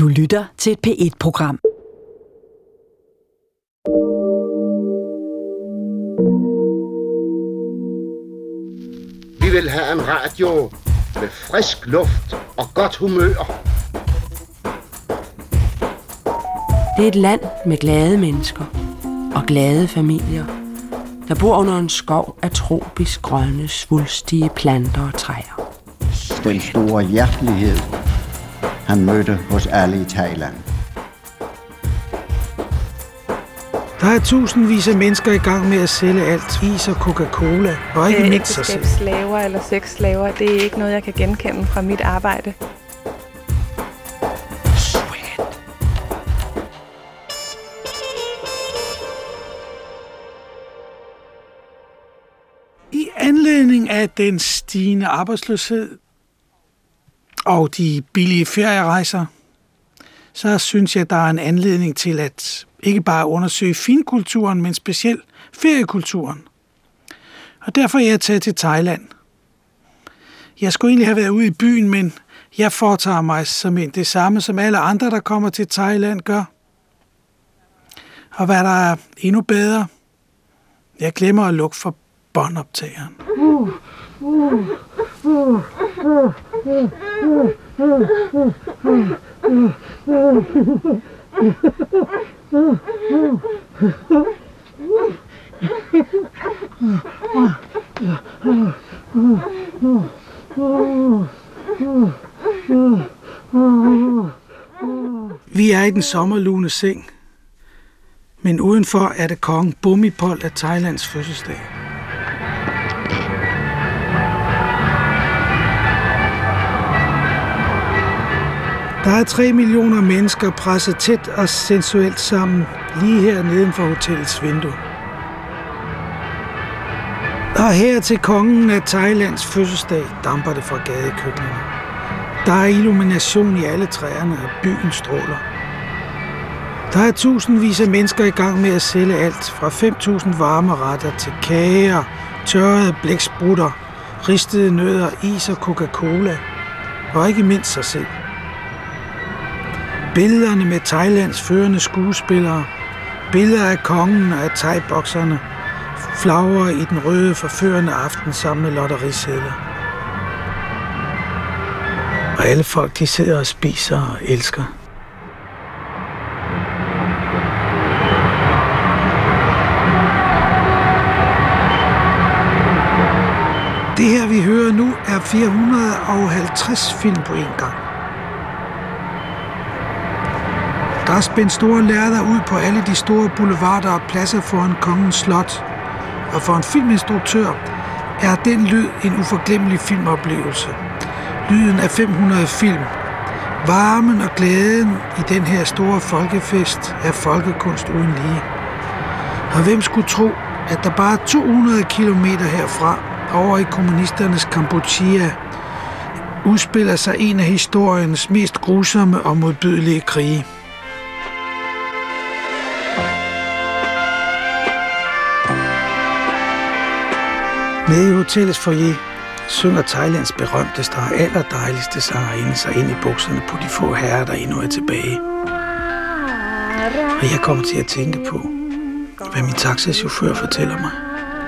Du lytter til et P1-program. Vi vil have en radio med frisk luft og godt humør. Det er et land med glade mennesker og glade familier, der bor under en skov af tropisk grønne, svulstige planter og træer. Den store hjertelighed, han mødte hos alle i Thailand. Der er tusindvis af mennesker i gang med at sælge alt. Is og Coca-Cola, og ikke mindst sig selv. Ægteskabsslaver eller sexslaver, det er ikke noget, jeg kan genkende fra mit arbejde. I anledning af den stigende arbejdsløshed og de billige ferierejser, så synes jeg, der er en anledning til at ikke bare undersøge finkulturen, men specielt feriekulturen. Og derfor er jeg taget til Thailand. Jeg skulle egentlig have været ude i byen, men jeg foretager mig som det samme, som alle andre, der kommer til Thailand, gør. Og hvad der er endnu bedre, jeg glemmer at lukke for båndoptageren. Vi er i den sommerlune seng, men udenfor er det kong Bhumipol af Thailands fødselsdag. Der er 3 millioner mennesker presset tæt og sensuelt sammen lige her neden for hotellets vindue. Og her til kongen af Thailands fødselsdag damper det fra gadekøkkenerne. Der er illumination i alle træerne, og byen stråler. Der er tusindvis af mennesker i gang med at sælge alt fra 5.000 varme retter til kager, tørrede blæksprutter, ristede nødder, is og Coca-Cola, og ikke mindst sig selv. Billederne med Thailands førende skuespillere, billeder af kongen og af thai-bokserne, flagrer i den røde forførende aften sammen med lotterisedler. Og alle folk, de sidder og spiser og elsker. Det her, vi hører nu, er 450 film på en gang. Der er spændt store lærreder ud på alle de store boulevarder og pladser foran kongens slot. Og for en filminstruktør er den lyd en uforglemmelig filmoplevelse. Lyden af 500 film. Varmen og glæden i den her store folkefest er folkekunst uden lige. Og hvem skulle tro, at der bare 200 kilometer herfra, over i kommunisternes Kampuchea, udspiller sig en af historiens mest grusomme og modbydelige krige. Nede i hotellets foyer synger Thailands berømteste og allerdejligste sangerinde sig ind i bukserne på de få herrer, der endnu er tilbage. Og jeg kommer til at tænke på, hvad min taxachauffør fortæller mig.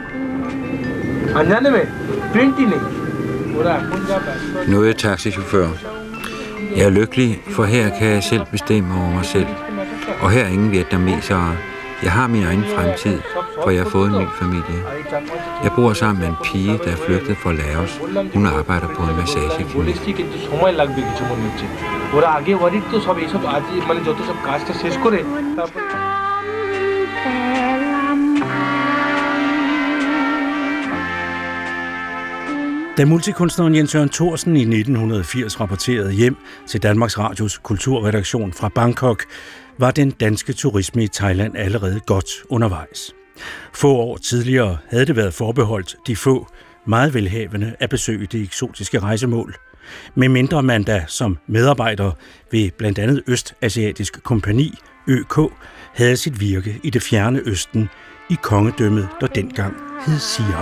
Nu er jeg taxichauffør. Jeg er lykkelig, for her kan jeg selv bestemme over mig selv. Og her er ingen vietnamesere. Jeg har min egen fremtid, for jeg har fået en ny familie. Jeg bor sammen med en pige, der er flygtet fra Laos. Hun arbejder på en massageklinik. Da multikunstneren Jens Jørgen Thorsen i 1980 rapporterede hjem til Danmarks Radios kulturredaktion fra Bangkok, var den danske turisme i Thailand allerede godt undervejs. Få år tidligere havde det været forbeholdt de få, meget velhavende at besøge det eksotiske rejsemål. Med mindre man da som medarbejder ved blandt andet Østasiatisk Kompagni, ØK, havde sit virke i det fjerne Østen, i kongedømmet, der dengang hed Siam.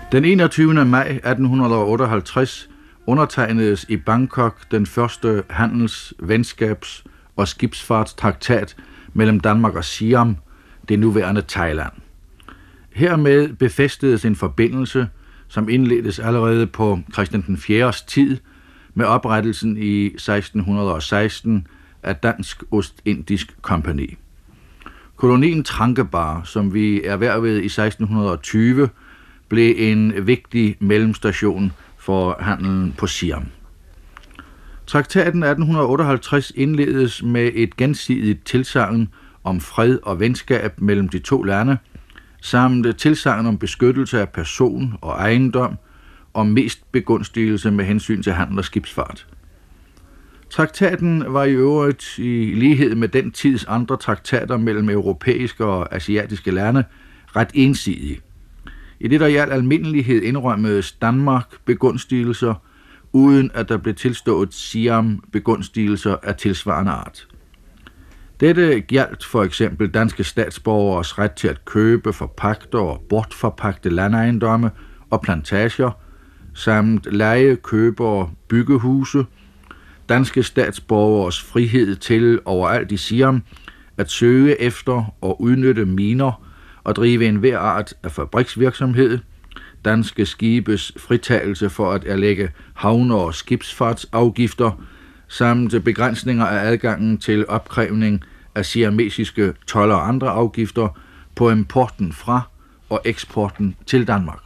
Den 21. maj 1858 undertegnedes i Bangkok den første handels-, venskabs- og skibsfartstraktat mellem Danmark og Siam, det nuværende Thailand. Hermed befæstedes en forbindelse, som indledtes allerede på Christian den 4. tid med oprettelsen i 1616 af Dansk Ostindisk Kompagni. Kolonien Trankebar, som vi erhvervede i 1620, blev en vigtig mellemstation for handelen på Siam. Traktaten 1858 indledes med et gensidigt tilsagn om fred og venskab mellem de to lande, samt et tilsagn om beskyttelse af person og ejendom og mest begunstigelse med hensyn til handel og skibsfart. Traktaten var i øvrigt i lighed med den tids andre traktater mellem europæiske og asiatiske lande ret ensidig. I det der i al almindelighed indrømmedes Danmark begunstigelser, uden at der blev tilstået Siam begunstigelser af tilsvarende art. Dette gjaldt for eksempel danske statsborgeres ret til at købe, forpagte og bortforpagte landejendomme og plantager, samt leje, købe og byggehuse, danske statsborgeres frihed til overalt i Siam at søge efter og udnytte miner og drive enhver art af fabriksvirksomhed, danske skibes fritagelse for at erlægge havne- og skibsfartsafgifter, samt begrænsninger af adgangen til opkrævning af siamesiske told og andre afgifter på importen fra og eksporten til Danmark.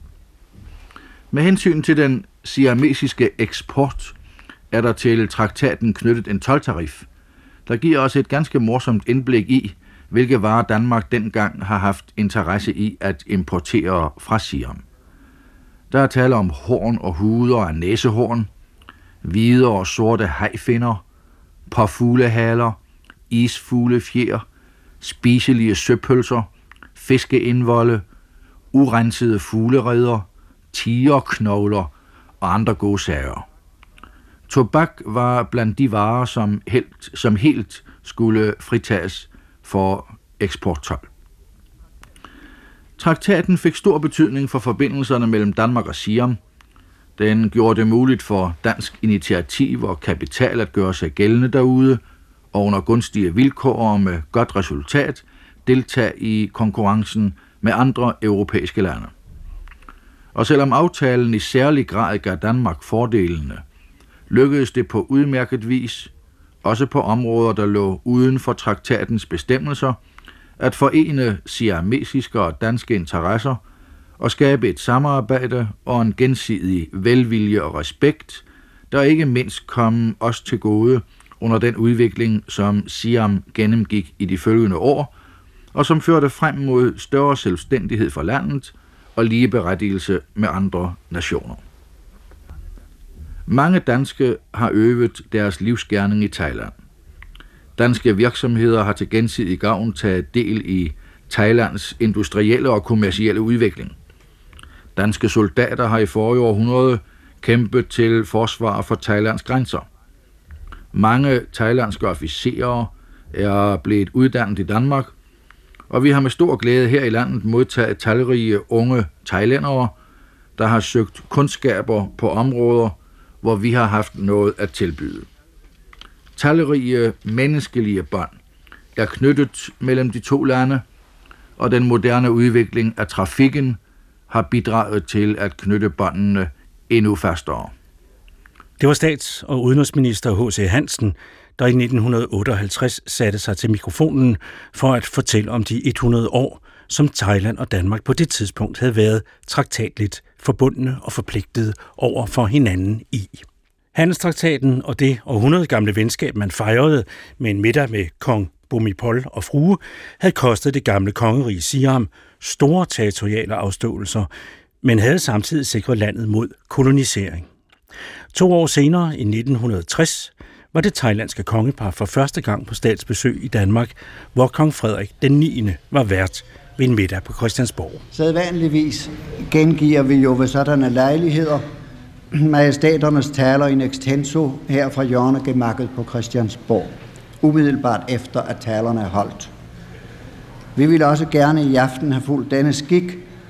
Med hensyn til den siamesiske eksport er der til traktaten knyttet en toldtarif, der giver os et ganske morsomt indblik i, hvilke varer Danmark dengang har haft interesse i at importere fra Siam. Der er tale om horn og huder af næsehorn, hvide og sorte hajfinner, påfuglehaler, isfuglefjer, spiselige søpølser, fiskeindvolde, urensede fuglereder, tigerknogler og andre gode sager. Tobak var blandt de varer, som helt skulle fritages for eksporttold. Traktaten fik stor betydning for forbindelserne mellem Danmark og Siam. Den gjorde det muligt for dansk initiativ og kapital at gøre sig gældende derude, og under gunstige vilkår og med godt resultat deltage i konkurrencen med andre europæiske lande. Og selvom aftalen i særlig grad gav Danmark fordelene, lykkedes det på udmærket vis, også på områder, der lå uden for traktatens bestemmelser, at forene siamesiske og danske interesser og skabe et samarbejde og en gensidig velvilje og respekt, der ikke mindst kom os til gode under den udvikling, som Siam gennemgik i de følgende år, og som førte frem mod større selvstændighed for landet og ligeberettigelse med andre nationer. Mange danske har øvet deres livsgerning i Thailand. Danske virksomheder har til gensidig gavn taget del i Thailands industrielle og kommercielle udvikling. Danske soldater har i forrige århundrede kæmpet til forsvar for Thailands grænser. Mange thailandske officerer er blevet uddannet i Danmark, og vi har med stor glæde her i landet modtaget talrige unge thailændere, der har søgt kundskaber på områder, hvor vi har haft noget at tilbyde. Talrige menneskelige bånd er knyttet mellem de to lande, og den moderne udvikling af trafikken har bidraget til at knytte båndene endnu fastere. Det var stats- og udenrigsminister H.C. Hansen, der i 1958 satte sig til mikrofonen for at fortælle om de 100 år, som Thailand og Danmark på det tidspunkt havde været traktatligt forbundne og forpligtede over for hinanden i. Handelstraktaten og det århundrede gamle venskab, man fejrede med en middag med kong Bhumipol og frue, havde kostet det gamle kongerige Siam store territoriale afståelser, men havde samtidig sikret landet mod kolonisering. 2 år senere, i 1960, var det thailandske kongepar for første gang på statsbesøg i Danmark, hvor kong Frederik den 9. var vært ved en middag på Christiansborg. Sædvanligvis gengiver vi jo ved sådanne lejligheder majestæternes taler in extenso her fra hjørnegemakket på Christiansborg, umiddelbart efter at talerne er holdt. Vi vil også gerne i aften have fulgt denne skik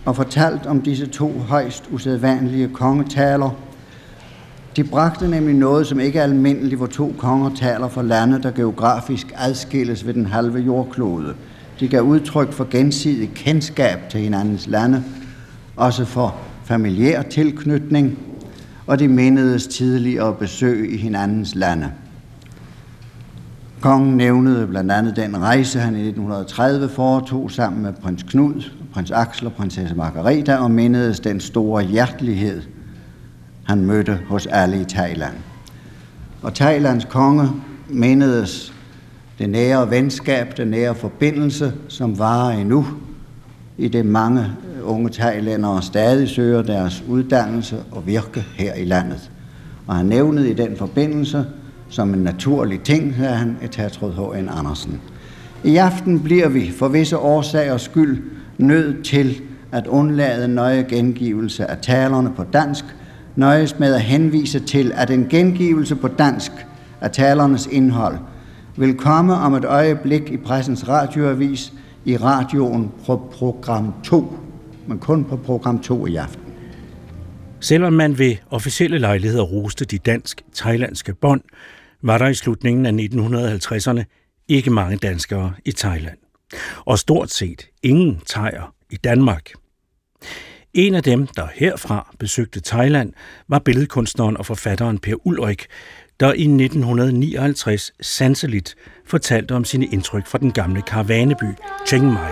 og fortalt om disse 2 højst usædvanlige kongetaler. De bragte nemlig noget, som ikke er almindeligt, hvor 2 konger taler for lande, der geografisk adskilles ved den halve jordklode. De gav udtryk for gensidig kendskab til hinandens lande, også for familiær tilknytning, og de mindedes tidligere besøg i hinandens lande. Kongen nævnede blandt andet den rejse, han i 1930 foretog sammen med prins Knud, prins Axel og prinsesse Margareta, og mindedes den store hjertelighed, han mødte hos alle i Thailand. Og Thailands konge mindedes det nære venskab, den nære forbindelse, som varer endnu, i det mange unge thailændere stadig søger deres uddannelse og virke her i landet. Og han nævnede i den forbindelse, som en naturlig ting, sagde han, etatsråd H.N. Andersen. I aften bliver vi for visse årsagers skyld nødt til at undlade nøje gengivelse af talerne på dansk, nøjes med at henvise til, at en gengivelse på dansk af talernes indhold vil komme om et øjeblik i Pressens Radioavis i radioen på program 2, men kun på program 2 i aften. Selvom man ved officielle lejligheder roste de dansk-thailandske bånd, var der i slutningen af 1950'erne ikke mange danskere i Thailand. Og stort set ingen thaier i Danmark. En af dem, der herfra besøgte Thailand, var billedkunstneren og forfatteren Per Ulrik, der i 1959 sanseligt fortalte om sine indtryk fra den gamle karavaneby Chiang Mai.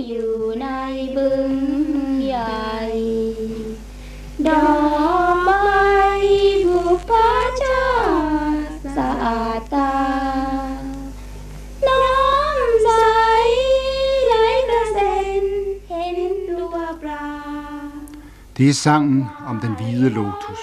Det er sangen om den hvide lotus.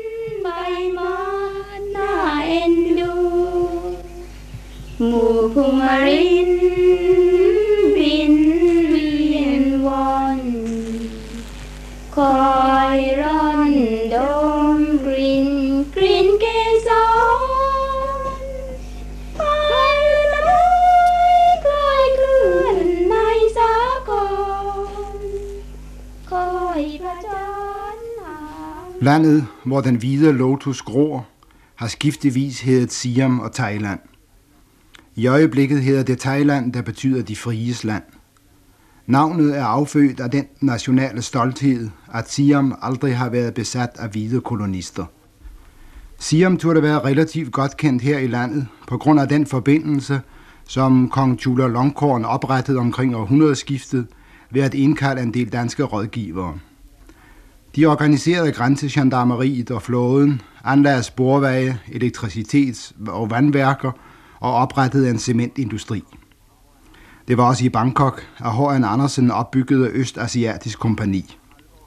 Landet, hvor den hvide lotus gror, har skiftevis heddet Siam og Thailand. I øjeblikket hedder det Thailand, der betyder de fries land. Navnet er affødt af den nationale stolthed, at Siam aldrig har været besat af hvide kolonister. Siam turde være relativt godt kendt her i landet på grund af den forbindelse, som kong Chulalongkorn oprettede omkring århundredeskiftet ved at indkalde en del danske rådgivere. De organiserede grænsegendarmeriet og flåden, anlagde sporveje, elektricitets- og vandværker og oprettede en cementindustri. Det var også i Bangkok, at H.N. Andersen opbyggede Østasiatisk Kompagni.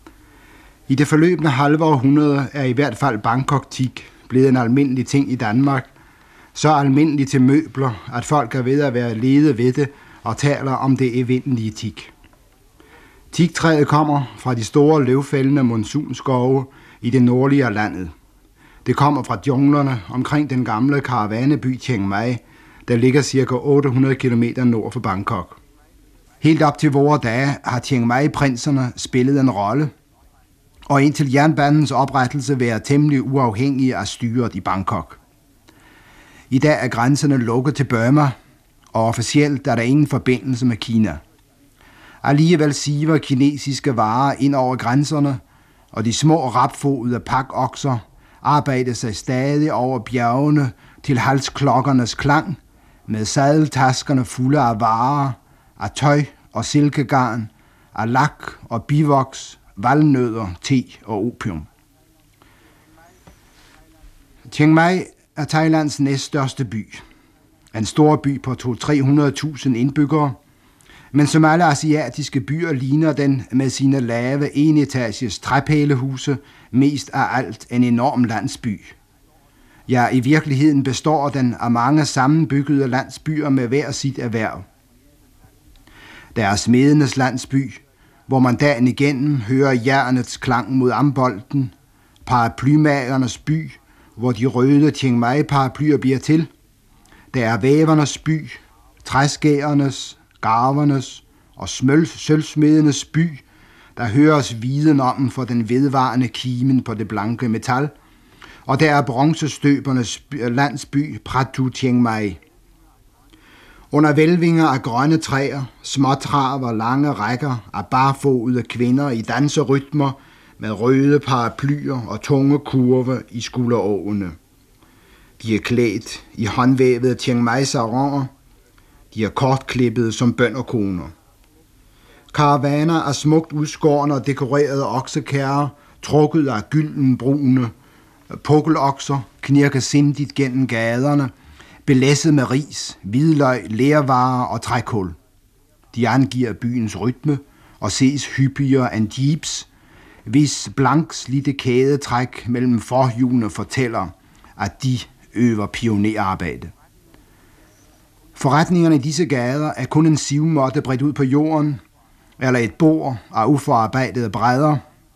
I det forløbende halve århundrede er i hvert fald Bangkok-teak blevet en almindelig ting i Danmark, så almindelig til møbler, at folk er ved at være lede ved det og taler om det evindelige teak. Teaktræet kommer fra de store løvfældende monsunskove i det nordlige af landet. Det kommer fra junglerne omkring den gamle karavaneby Chiang Mai, der ligger ca. 800 km nord for Bangkok. Helt op til vore dage har Chiang Mai-prinserne spillet en rolle, og indtil jernbanens oprettelse været temmelig uafhængige af styret i Bangkok. I dag er grænserne lukket til Burma, og officielt er der ingen forbindelse med Kina. Alligevel siver kinesiske varer ind over grænserne, og de små rapfodede pakokser arbejder sig stadig over bjergene til halsklokkernes klang, med sadeltaskerne fulde af varer, af tøj og silkegarn, af lak og bivoks, valnødder, te og opium. Chiang Mai er Thailands næststørste by. En stor by på 200-300.000 indbyggere, men som alle asiatiske byer ligner den med sine lave enetages træpælehuse mest af alt en enorm landsby. Ja, i virkeligheden består den af mange sammenbyggede landsbyer med hver sit erhverv. Der er smedenes landsby, hvor man dagen igennem hører jernets klang mod ambolten, paraplymagernes by, hvor de røde Chiang Mai-paraplyer bliver til. Der er vævernes by, træskærernes, garvernes og sølvsmedenes by, Der høres viden om for den vedvarende kimen på det blanke metal, og der er bronzestøbernes landsby Pratu Chiang Mai. Under vælvinger af grønne træer, småtraver, lange rækker af barfodede kvinder i danserytmer med røde paraplyer og tunge kurve i skulderåene. De er klædt i håndvævede Chiang Mai-saroner. De er kortklippede som bønderkoner. Karavaner af smukt udskårne og dekorerede oksekærrer, trukket af gyldenbrune pukkelokser, knirker sindigt gennem gaderne, belæsset med ris, hvidløg, lervarer og trækul. De angiver byens rytme og ses hyppigere end jeeps, hvis blankslidte kædetræk mellem forhjulene fortæller, at de øver pionerarbejde. Forretningerne i disse gader er kun en sivmåtte bredt ud på jorden, eller et bord af uforarbejdede brædder,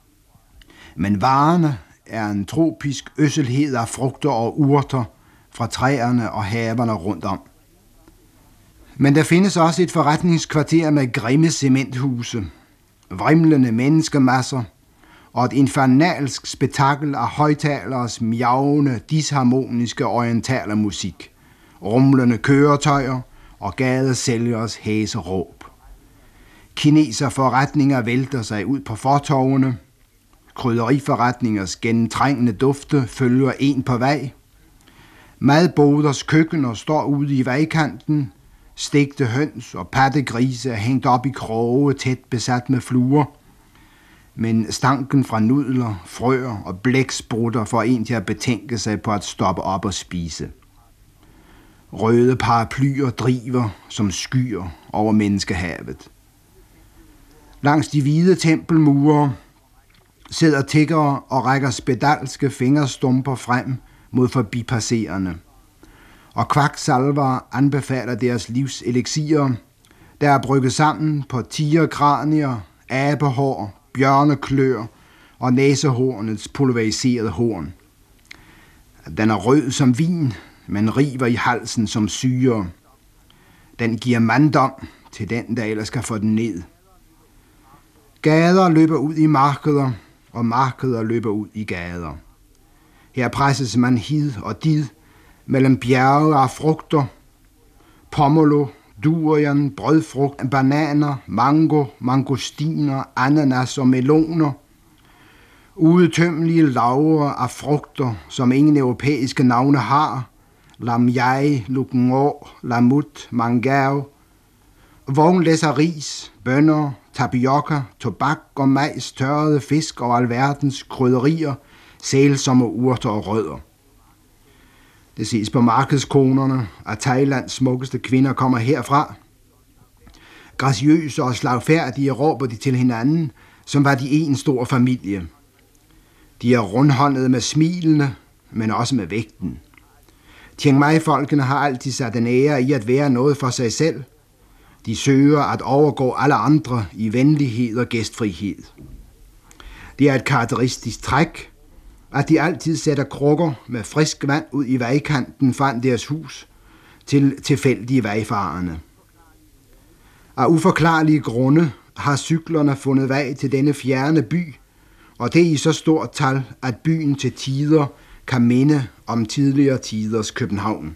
men varerne er en tropisk øsselhed af frugter og urter fra træerne og haverne rundt om. Men der findes også et forretningskvarter med grimme cementhuse, vrimlende menneskemasser og et infernalsk spektakel af højtaleres miavende, disharmoniske orientalermusik, rumlende køretøjer og gadesælgers hæseråb. Kineserforretninger vælter sig ud på fortovene, krydderiforretningers gennemtrængende dufte følger en på vej, madboders køkkener står ude i vejkanten, stegte høns og pattegrise er hængt op i kroge tæt besat med fluer, men stanken fra nudler, frøer og blæksprutter får en til at betænke sig på at stoppe op og spise. Røde paraplyer driver som skyer over menneskehavet. Langs de hvide tempelmure sidder tiggere og rækker spedalske fingerstumper frem mod forbipasserende. Og kvaksalvere anbefaler deres livs elixirer, der er brygget sammen på tigerkranier, abehår, bjørneklør og næsehornets pulveriserede horn. Den er rød som vin, men river i halsen som syre. Den giver manddom til den, der ellers skal få den ned. Gader løber ud i markeder, og markeder løber ud i gader. Her presses man hid og did mellem bjerge af frugter, pomelo, durian, brødfrugt, bananer, mango, mangostiner, ananas og meloner. Udtømmelige lagre af frugter, som ingen europæiske navne har, lamjai, lukngå, lamut, mangao. Vognlæsser ris, bønner, tapioca, tobak og majs, tørrede fisk og alverdens krydderier, sælsomme urter og rødder. Det ses på markedskonerne, at Thailands smukkeste kvinder kommer herfra. Graciøse og slagfærdige råber de til hinanden, som var de en stor familie. De er rundhåndede med smilene, men også med vægten. Chiang Mai-folkene har altid sat en ære i at være noget for sig selv. De søger at overgå alle andre i venlighed og gæstfrihed. Det er et karakteristisk træk, at de altid sætter krukker med frisk vand ud i vejkanten foran deres hus til tilfældige vejfarende. Af uforklarlige grunde har cyklerne fundet vej til denne fjerne by, og det er i så stort tal, at byen til tider kan minde om tidligere tiders København.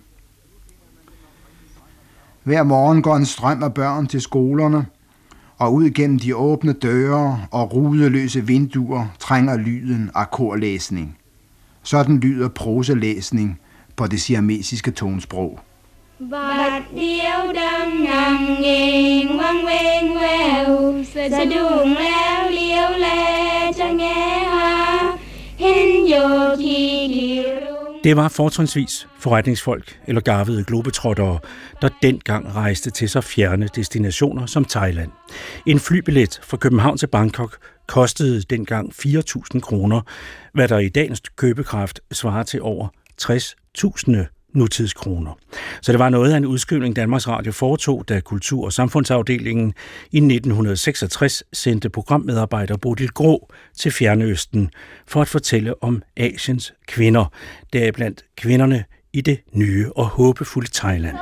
Hver morgen går en strøm af børn til skolerne, og ud gennem de åbne døre og rudeløse vinduer trænger lyden af korlæsning. Sådan lyder proselæsning på det siamesiske tonsprog. Det var fortrinsvis forretningsfolk eller garvede globetrottere, der dengang rejste til så fjerne destinationer som Thailand. En flybillet fra København til Bangkok kostede dengang 4.000 kroner, hvad der i dagens købekraft svarer til over 60.000 nutidskroner. Så det var noget af en udskrivning, Danmarks Radio foretog, da Kultur- og Samfundsafdelingen i 1966 sendte programmedarbejder Bodil Grå til Fjernøsten for at fortælle om Asiens kvinder, deriblandt kvinderne i det nye og håbefulde Thailand.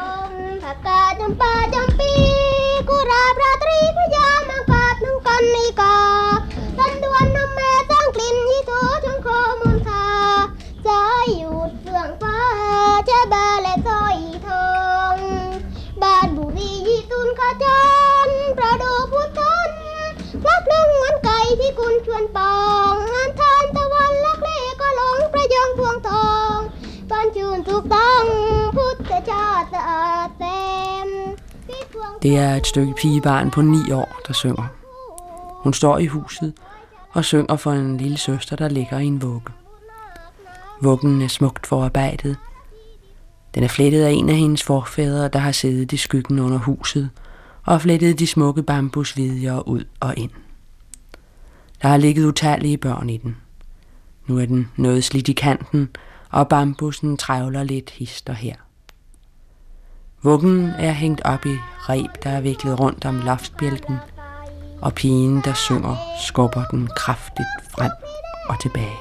Det er et stykke pigebarn på 9 år, der synger. Hun står i huset og synger for en lille søster, der ligger i en vugge. Vuggen er smukt forarbejdet. Den er flettet af en af hendes forfædre, der har siddet i skyggen under huset og flettet de smukke bambusvidjer ud og ind. Der har ligget utallige børn i den. Nu er den noget slidt i kanten, og bambussen trævler lidt hist og her. Vuggen er hængt op i reb, der er viklet rundt om loftbjælken, og pigen, der synger, skubber den kraftigt frem og tilbage.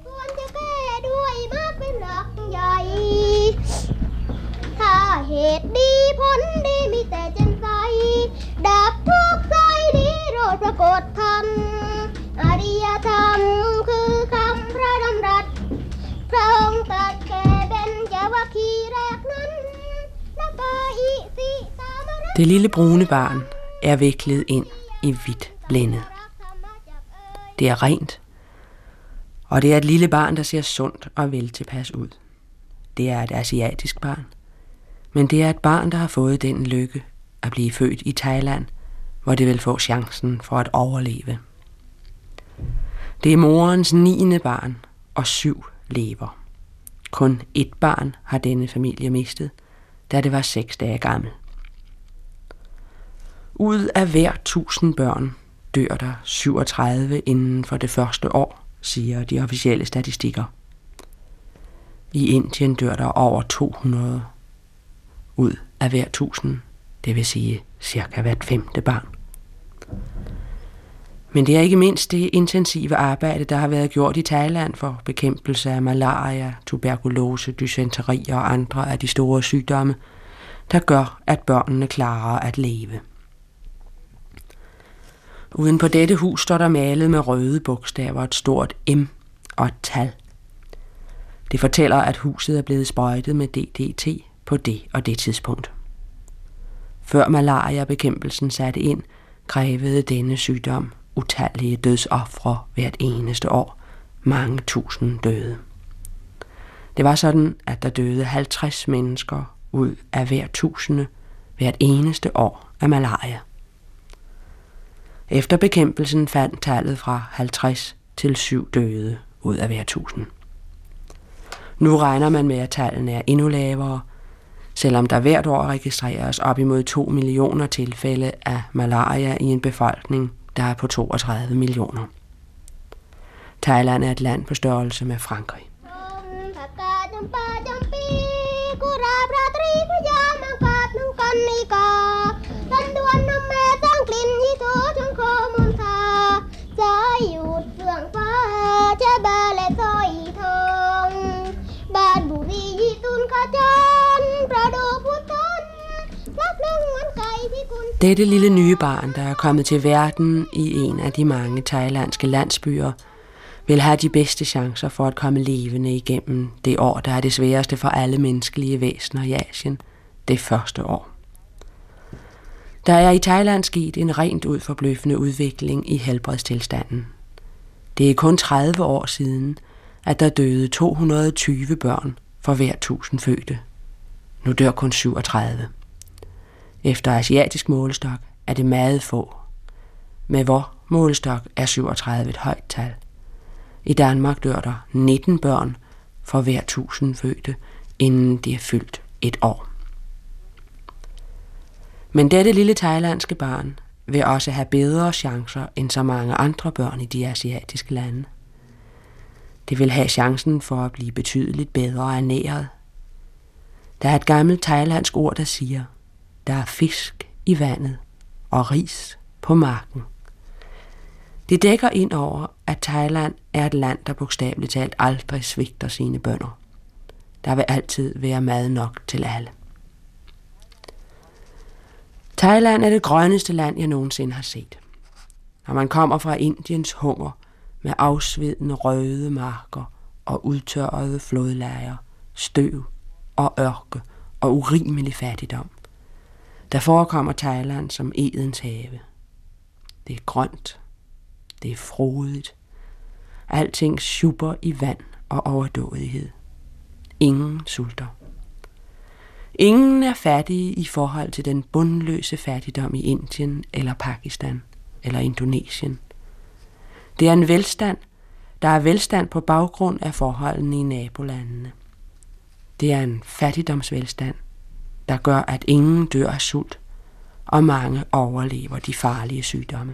Det lille brune barn er viklet ind i hvidt blændet. Det er rent, og det er et lille barn, der ser sundt og vel tilpas ud. Det er et asiatisk barn, men det er et barn, der har fået den lykke at blive født i Thailand, hvor det vil få chancen for at overleve. Det er morens 9. barn, og 7 lever. Kun 1 barn har denne familie mistet, da det var 6 dage gammel. Ud af hver 1000 børn dør der 37 inden for det første år, siger de officielle statistikker. I Indien dør der over 200 ud af hver 1000, det vil sige cirka hvert 5. barn. Men det er ikke mindst det intensive arbejde, der har været gjort i Thailand for bekæmpelse af malaria, tuberkulose, dysenteri og andre af de store sygdomme, der gør, at børnene klarer at leve. Uden på dette hus står der malet med røde bogstaver et stort M og et tal. Det fortæller, at huset er blevet sprøjtet med DDT på det og det tidspunkt. Før malaria-bekæmpelsen satte ind, krævede denne sygdom utallige dødsofre hvert eneste år. Mange tusind døde. Det var sådan, at der døde 50 mennesker ud af hver 1000 hvert eneste år af malaria. Efter bekæmpelsen fandt tallet fra 50 til 7 døde ud af hver 1000. Nu regner man med, at tallene er endnu lavere, selvom der hvert år registreres op imod 2 millioner tilfælde af malaria i en befolkning, der er på 32 millioner. Thailand er et land på størrelse med Frankrig. Dette lille nye barn, der er kommet til verden i en af de mange thailandske landsbyer, vil have de bedste chancer for at komme levende igennem det år, der er det sværeste for alle menneskelige væsener i Asien, det første år. Der er i Thailand sket en rent ud forbløffende udvikling i helbredstilstanden. Det er kun 30 år siden, at der døde 220 børn for hver 1000 fødte. Nu dør kun 37. Efter asiatisk målestok er det meget få. Med vor målestok er 37 et højt tal. I Danmark dør der 19 børn for hver 1000 fødte, inden de er fyldt 1 år. Men dette lille thailandske barn vil også have bedre chancer end så mange andre børn i de asiatiske lande. Det vil have chancen for at blive betydeligt bedre ernæret. Der er et gammelt thailandsk ord, der siger, der er fisk i vandet og ris på marken. Det dækker ind over, at Thailand er et land, der bogstaveligt talt aldrig svigter sine bønder. Der vil altid være mad nok til alle. Thailand er det grønneste land, jeg nogensinde har set. Når man kommer fra Indiens hunger med afsvedende røde marker og udtørrede flodlejer, støv og ørke og urimelig fattigdom, der forekommer Thailand som Edens have. Det er grønt, det er frodigt, alting super i vand og overdådighed. Ingen sulter. Ingen er fattige i forhold til den bundløse fattigdom i Indien eller Pakistan eller Indonesien. Det er en velstand, der er velstand på baggrund af forholdene i nabolandene. Det er en fattigdomsvelstand, der gør, at ingen dør af sult, og mange overlever de farlige sygdomme.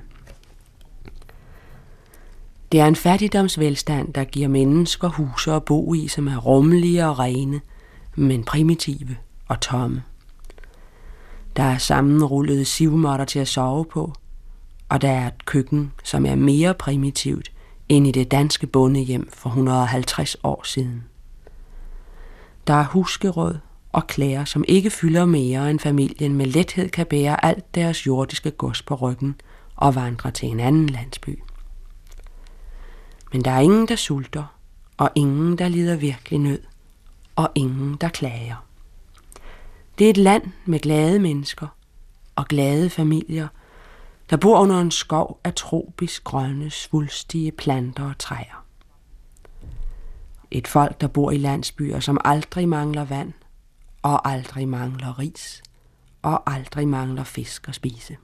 Det er en fattigdomsvelstand, der giver mennesker huse at bo i, som er rummelige og rene, men primitive og tomme. Der er sammenrullede sivmåtter til at sove på, og der er et køkken, som er mere primitivt end i det danske bondehjem for 150 år siden. Der er huskeråd og klæder, som ikke fylder mere, end familien med lethed kan bære alt deres jordiske gods på ryggen og vandre til en anden landsby. Men der er ingen, der sulter, og ingen, der lider virkelig nød, og ingen, der klager. Det er et land med glade mennesker og glade familier, der bor under en skov af tropisk grønne, svulstige planter og træer. Et folk, der bor i landsbyer, som aldrig mangler vand, og aldrig mangler ris, og aldrig mangler fisk at spise.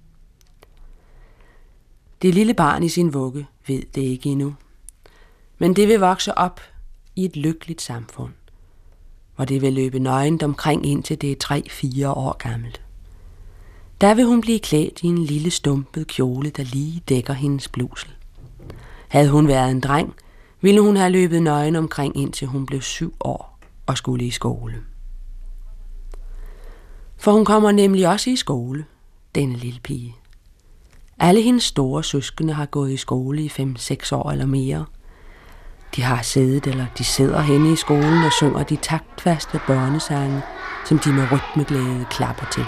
Det lille barn i sin vugge ved det ikke endnu, men det vil vokse op i et lykkeligt samfund, hvor det vil løbe nøgent omkring indtil det er 3-4 år gammelt. Der vil hun blive klædt i en lille stumpet kjole, der lige dækker hendes blusel. Havde hun været en dreng, ville hun have løbet nøgen omkring indtil hun blev 7 år og skulle i skole. For hun kommer nemlig også i skole, denne lille pige. Alle hendes store søskende har gået i skole i 5-6 år eller mere. De har siddet eller de sidder henne i skolen og synger de taktfaste børnesange, som de med rytmeglæde klapper til.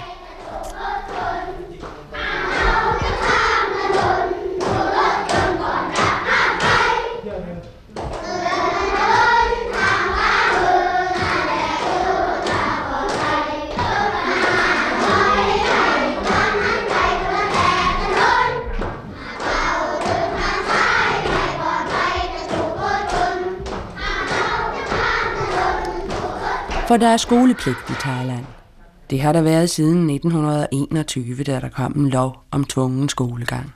For der er skolepligt i Thailand. Det har der været siden 1921, da der kom en lov om tvungen skolegang.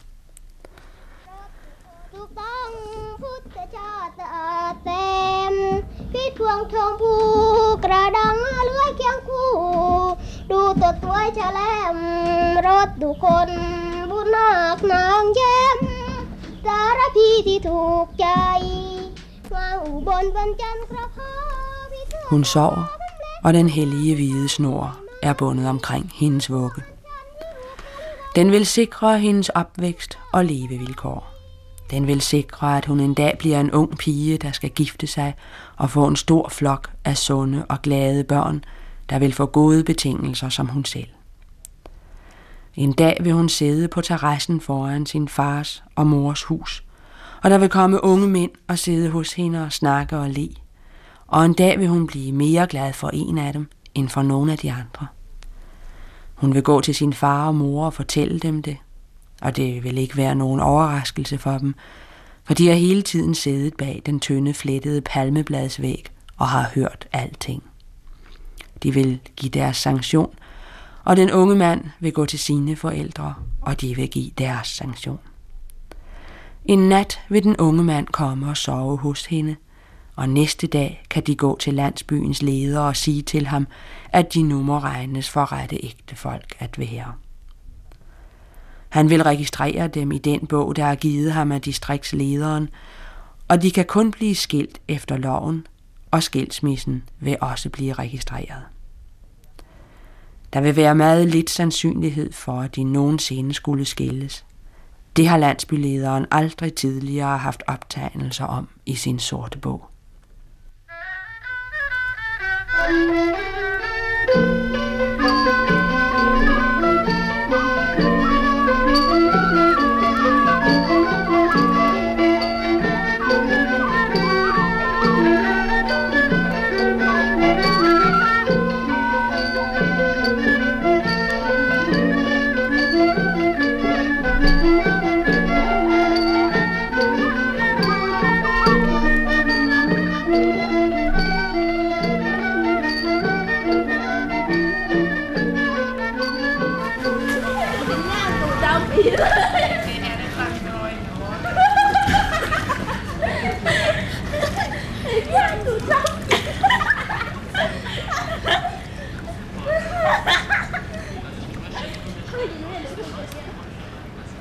Hun sover, og den hellige hvide snor er bundet omkring hendes vugge. Den vil sikre hendes opvækst og levevilkår. Den vil sikre, at hun en dag bliver en ung pige, der skal gifte sig og få en stor flok af sunde og glade børn, der vil få gode betingelser som hun selv. En dag vil hun sidde på terrassen foran sin fars og mors hus, og der vil komme unge mænd og sidde hos hende og snakke og le. Og en dag vil hun blive mere glad for en af dem, end for nogen af de andre. Hun vil gå til sin far og mor og fortælle dem det, og det vil ikke være nogen overraskelse for dem, for de har hele tiden siddet bag den tynde, flettede palmebladsvæg og har hørt alting. De vil give deres sanktion, og den unge mand vil gå til sine forældre, og de vil give deres sanktion. En nat vil den unge mand komme og sove hos hende, og næste dag kan de gå til landsbyens leder og sige til ham, at de nu må regnes for rette ægtefolk at være. Han vil registrere dem i den bog, der er givet ham af distriktslederen, og de kan kun blive skilt efter loven, og skilsmissen vil også blive registreret. Der vil være meget lidt sandsynlighed for, at de nogensinde skulle skilles. Det har landsbylederen aldrig tidligere haft optegnelser om i sin sorte bog.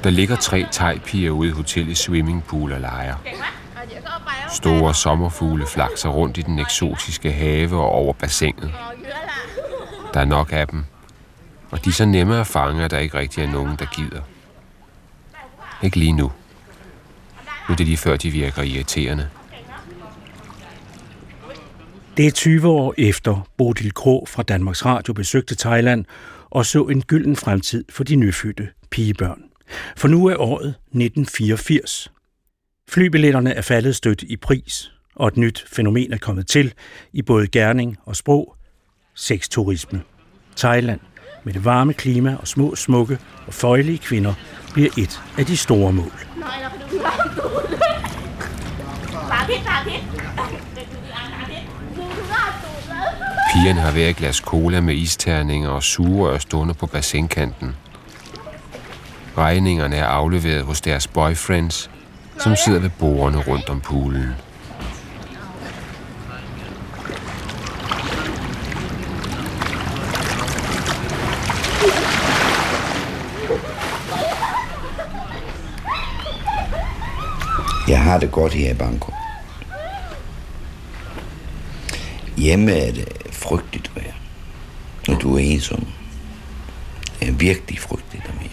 Der ligger 3 thai-piger ude i hotellets swimmingpool og leger. Store sommerfugle flakser rundt i den eksotiske have og over bassinet. Der er nok af dem, og de er så nemme at fange, at der ikke rigtig er nogen, der gider. Ikke lige nu. Nu er det lige før, de virker irriterende. Det er 20 år efter Bodil Krog fra Danmarks Radio besøgte Thailand og så en gylden fremtid for de nyfødte pigebørn. For nu er året 1984. Flybilletterne er faldet stødt i pris, og et nyt fænomen er kommet til i både gerning og sprog. Sexturisme. Thailand, med det varme klima og små, smukke og føjelige kvinder, bliver et af de store mål. Pigerne har hver et glas cola med isterninger og sugerør stående på bassinkanten. Regningerne er afleveret hos deres boyfriends, som sidder ved bordene rundt om poolen. Jeg har det godt her i Bangkok. Hjemme er det frygteligt at være, når du er ensom. Det er virkelig frygteligt at være.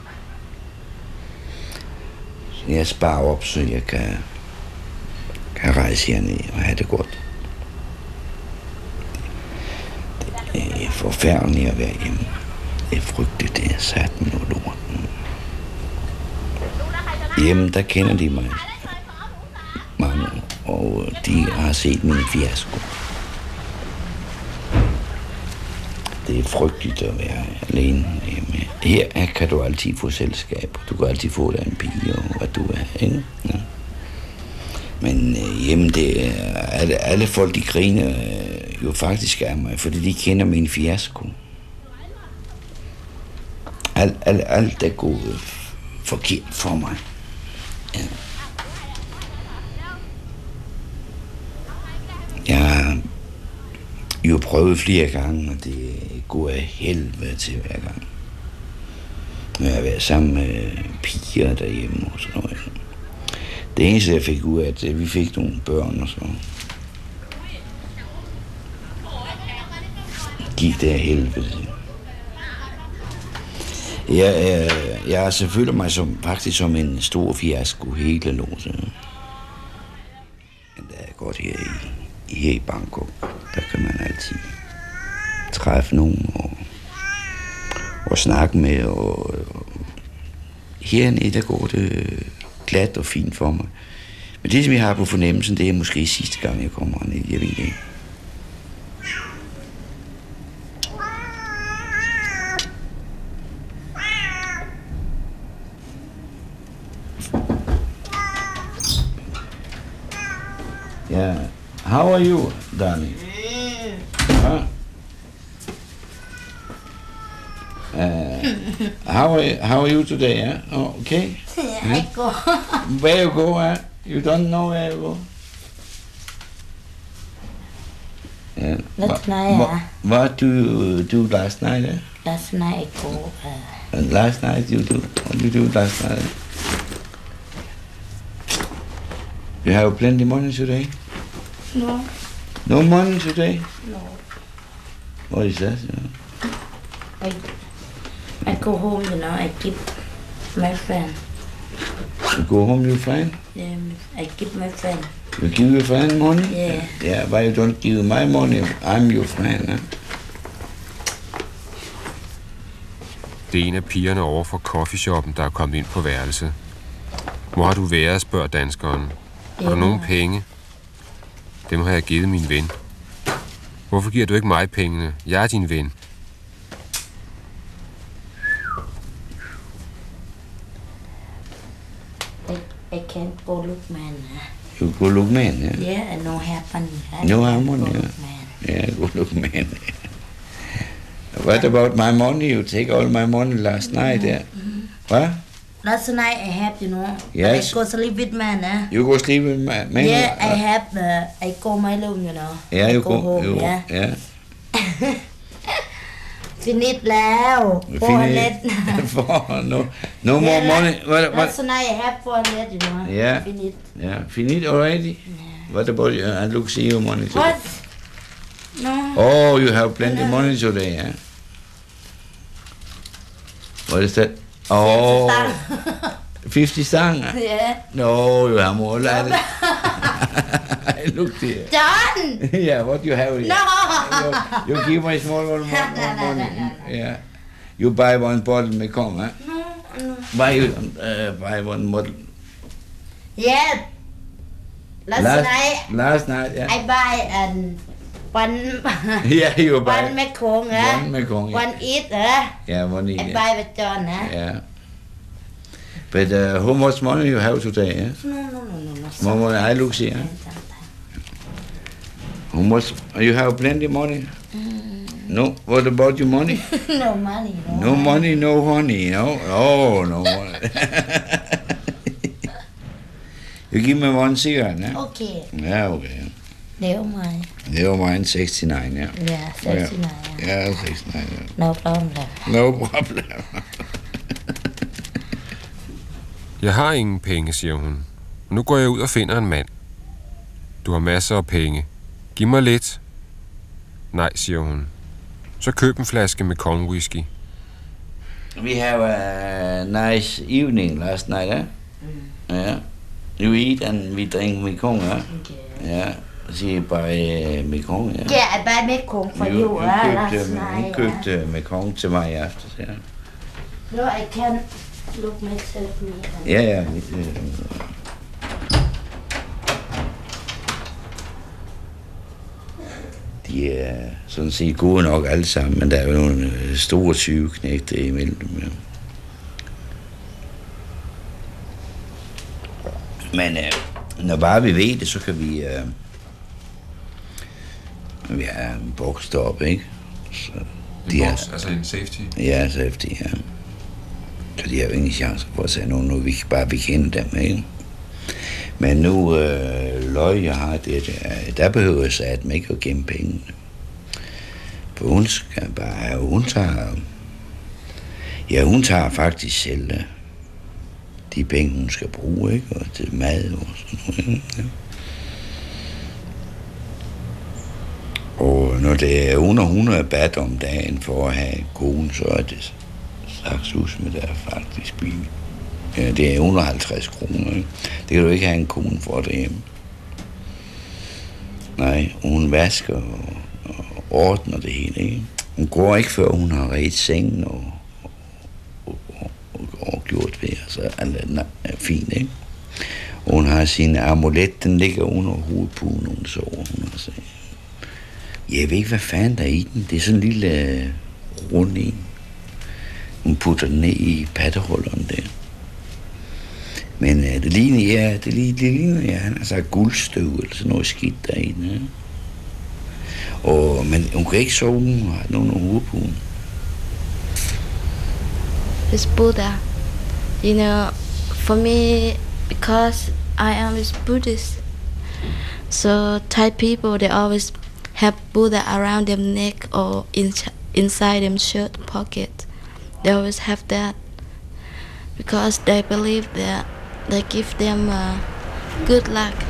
Så jeg sparer op, så jeg kan rejse herned og have det godt. Det er forfærdeligt at være hjemme. Det er frygteligt, det er sat med noget lort. Hjemme, der kender de mig mange, og de har set min fiasko. Det er frygteligt at være alene hjemme. Her kan du altid få selskab. Du kan altid få dig en pige, og hvad du er. Ikke? Ja. Men hjemme, det er alle folk, de griner jo faktisk af mig, fordi de kender min fiasko. Alt er gået forkert for mig. Ja. Jeg har jo prøvet flere gange, og det går af helvede til hver gang. Når jeg har været sammen med piger derhjemme og sådan noget. Det eneste, jeg fik ud af, at vi fik nogle børn og sådan. Gik det af helvede til. Jeg føler mig faktisk som en stor fiasko hele lortet. Men det er godt her i Bangkok. Der kan man altid træffe nogen og snakke med. Og hernede, der går det glat og fint for mig. Men det, som jeg har på fornemmelsen, det er måske sidste gang, jeg kommer ned. Jeg ved ikke. Yeah. How are you, darling? Huh? How are you today? Yeah? Oh, okay. Yeah, I go. Where you go? You don't know where you go. Yeah. Last night. What do you do last night? Last night I go. Last night you do. What do you do last night? You have plenty money today? No. No money today? No. What is that? I go home, I give my friend. You go home, your friend? Yeah, I give my friend. You give your friend money? Yeah. Yeah, but you don't give my money. I'm your friend. Huh? Det er en af pigerne over for coffeeshoppen, der er kommet ind på værelset. Hvor har du været, spørger danskeren. Har du nogen penge? Dem har jeg givet min ven. Hvorfor giver du ikke mig pengene? Jeg er din ven. I can't go look man. You go look man, yeah? Yeah, I no have money. No have money, yeah. Yeah, go look man. What about my money? You take all my money last night, yeah? What? Last night I have, Yes. I go sleep with man, You go sleep with man? Yeah, I have, I go my room, Yeah, you go home, yeah. Finit now. No more money. Last night I have 400, you know. Yeah. Finit. Yeah, finit already? Yeah. What about you? I look, see your money today. What? No. Oh, you have plenty money today, yeah? What is that? Oh, 50 stang? Yeah. No, you have more like it. Look there. John! Yeah, what you have here? No! You give my small one more money. Yeah. You buy one bottle Mekong, huh? No. Buy one bottle. Yeah. Last night, yeah. I buy one. Yeah, you buy one Mekong, One Mekong, yeah. One eat, Yeah, one eat. I buy with John, Yeah. But how much money you have today? Yeah? No. More money. I look see. Yeah? How much? You have plenty money. No. What about your money? No money. No money, no honey. No. Oh, no money. You give me one cigarette, yeah? Okay. Yeah, okay. Never mind. Never mind, 69, yeah. Yeah, 69. Yeah, 69. Yeah. No problem. No problem. Jeg har ingen penge, siger hun. Nu går jeg ud og finder en mand. Du har masser af penge. Giv mig lidt. Nej, siger hun. Så køb en flaske Mekong whisky. We have a nice evening last night, eh? Yeah. You eat and we drink Mekong, huh? Okay. Yeah. She buy Mekong, yeah? Yeah, I buy Mekong for you, last night. You købte Mekong til mig i aftes, ja. No, I can't look myself. Ja. De er sådan set gode nok alle sammen, men der er jo nogle store tyveknægte imellem dem, ja. Men når bare vi ved det, så kan vi have en bogstop, ikke? Så altså en safety? Ja, safety, ja. Så de har jo ingen chance for at sige nogen, nu vi bare kender dem, ikke? Men nu løg jeg har det, der behøver jeg så at man ikke at gemme pengene. For hun skal bare, hun tager faktisk selv de penge, hun skal bruge, ikke? Og til mad og sådan noget, ja. Og når det er under 100 baht om dagen for at have en kone, så er det sagsud med der faktisk billigt. Ja, det er under 50 kroner, ikke? Det kan du ikke have en kone for derhjemme. Nej, hun vasker og ordner det hele, ikke? Hun går ikke før hun har redt sengen og gjort ved, altså alt er fint, ikke? Og hun har sin amulet, den ligger under hovedpuden, hun sover, hun har sagt. Jeg ved ikke, hvad fanden der er i den. Det er sådan en lille rund en. Hun putter den ned i pattehulleren der. Men det ligner, han har sagt guldstøv eller sådan noget skidt der i den. Ja. Men hun kan ikke sove, hun har nogen af hovedpuden. It's Buddha. You know, for me, because I am Buddhist, so Thai people, they always have Buddha around their neck or inside their shirt pocket. They always have that because they believe that they give them good luck.